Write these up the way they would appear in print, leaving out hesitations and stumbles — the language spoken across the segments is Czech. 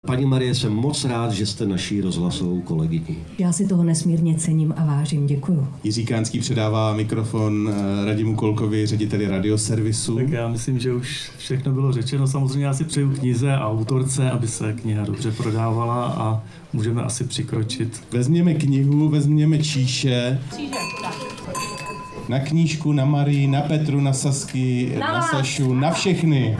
Paní Marie, jsem moc rád, že jste naší rozhlasovou kolegyní. Já si toho nesmírně cením a vážím, děkuju. Jiří Kánský předává mikrofon Radimu Kolkovi, řediteli radioservisu. Tak já myslím, že už všechno bylo řečeno. Samozřejmě já si přeju knize a autorce, aby se kniha dobře prodávala a můžeme asi přikročit. Vezměme knihu, vezměme číše. Na knížku, na Marii, na Petru, na Sasky, na Sašu, na všechny.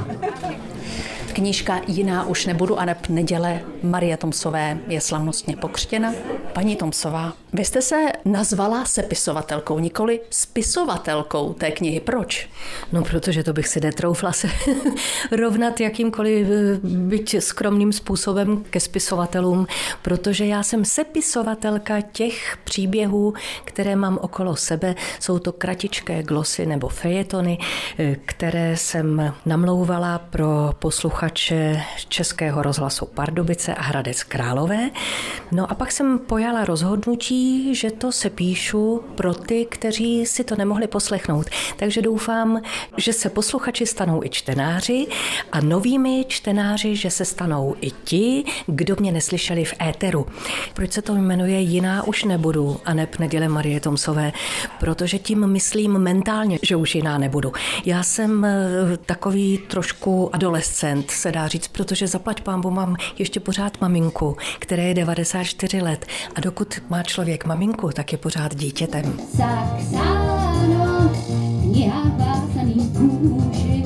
Knížka Jiná už nebudu a neb neděle Marie Tomsové je slavnostně pokřtěna. Paní Tomsová, vy jste se nazvala sepisovatelkou, nikoli spisovatelkou té knihy. Proč? No, protože to bych si netroufla se rovnat jakýmkoliv byť skromným způsobem ke spisovatelům, protože já jsem sepisovatelka těch příběhů, které mám okolo sebe. Jsou to kratičké glosy nebo fejetony, které jsem namlouvala pro posluchače Českého rozhlasu Pardubice a Hradec Králové. No a pak jsem pojala rozhodnutí, že to sepíšu pro ty, kteří si to nemohli poslechnout. Takže doufám, že se posluchači stanou i čtenáři a novými čtenáři, že se stanou i ti, kdo mě neslyšeli v éteru. Proč se to jmenuje Jiná už nebudu a neb neděle Marie Tomsové? Protože tím myslím mentálně, že už jiná nebudu. Já jsem takový trošku adolescent, se dá říct, protože zaplať pánbu mám ještě pořád maminku, které je 94 let a dokud má člověk maminku, tak je pořád dítětem. Zapsáno, kniha vázaný kůži,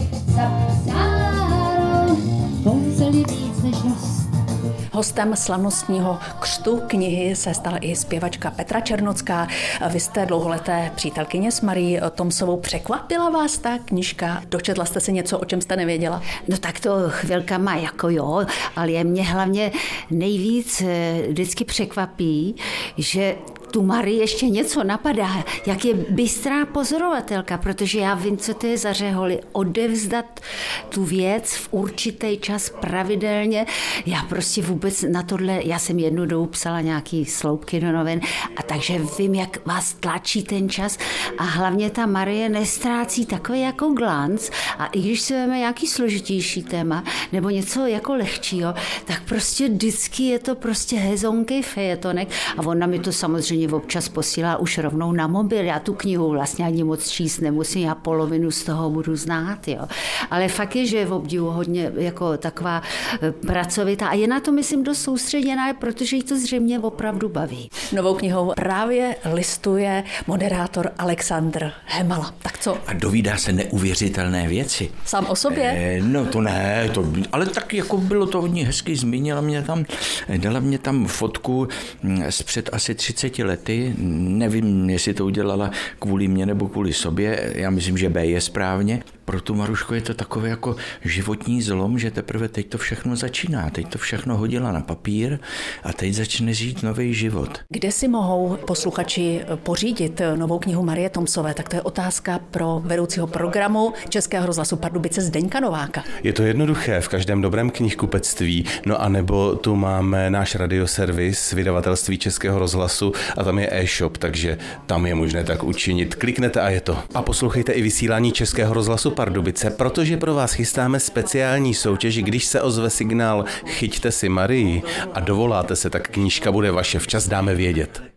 zapsáno, pouzeli víc než dost. Hostem slavnostního křtu knihy se stala i zpěvačka Petra Černocká. Vy jste dlouholeté přítelkyně s Marií Tomsovou. Překvapila vás ta knížka? Dočetla jste si něco, o čem jste nevěděla? No tak to chvilkama jako jo, ale mě hlavně nejvíc vždycky překvapí, že tu Marii ještě něco napadá, jak je bystrá pozorovatelka, protože já vím, co to je za řeholi, odevzdat tu věc v určitý čas pravidelně. Já prostě vůbec na tohle, já jsem jednu dobu psala nějaký sloupky do novin a takže vím, jak vás tlačí ten čas a hlavně ta Marie nestrácí takový jako glanc a i když si vezme nějaký složitější téma nebo něco jako lehčího, tak prostě vždycky je to prostě hezonkej fejetonek a ona mi to samozřejmě občas posílá už rovnou na mobil. Já tu knihu vlastně ani moc číst nemusím, já polovinu z toho budu znát, jo. Ale fakt je, že je v obdivu hodně jako taková pracovitá a je na to, myslím, dost soustředěná, protože jí to zřejmě opravdu baví. Novou knihou právě listuje moderátor Alexandr Hemala. Tak co? A dovídá se neuvěřitelné věci. Sám o sobě? No to ne, ale tak jako bylo to hodně hezky, zmínila mě tam, dala mě tam fotku zpřed asi 30 lety, nevím, jestli to udělala kvůli mě nebo kvůli sobě, já myslím, že B je správně. Pro tu Marušku je to takové jako životní zlom, že teprve teď to všechno začíná, teď to všechno hodila na papír a teď začne žít nový život. Kde si mohou posluchači pořídit novou knihu Marie Tomsové? Tak to je otázka pro vedoucího programu Českého rozhlasu Pardubice Zdeňka Nováka. Je to jednoduché v každém dobrém knihkupectví, no a nebo tu máme náš radioservis, vydavatelství Českého rozhlasu a tam je e-shop, takže tam je možné tak učinit. Kliknete a je to. A poslouchejte i vysílání Českého rozhlasu Pardubice, protože pro vás chystáme speciální soutěž, když se ozve signál Chyťte si Marii a dovoláte se, tak knížka bude vaše, včas dáme vědět.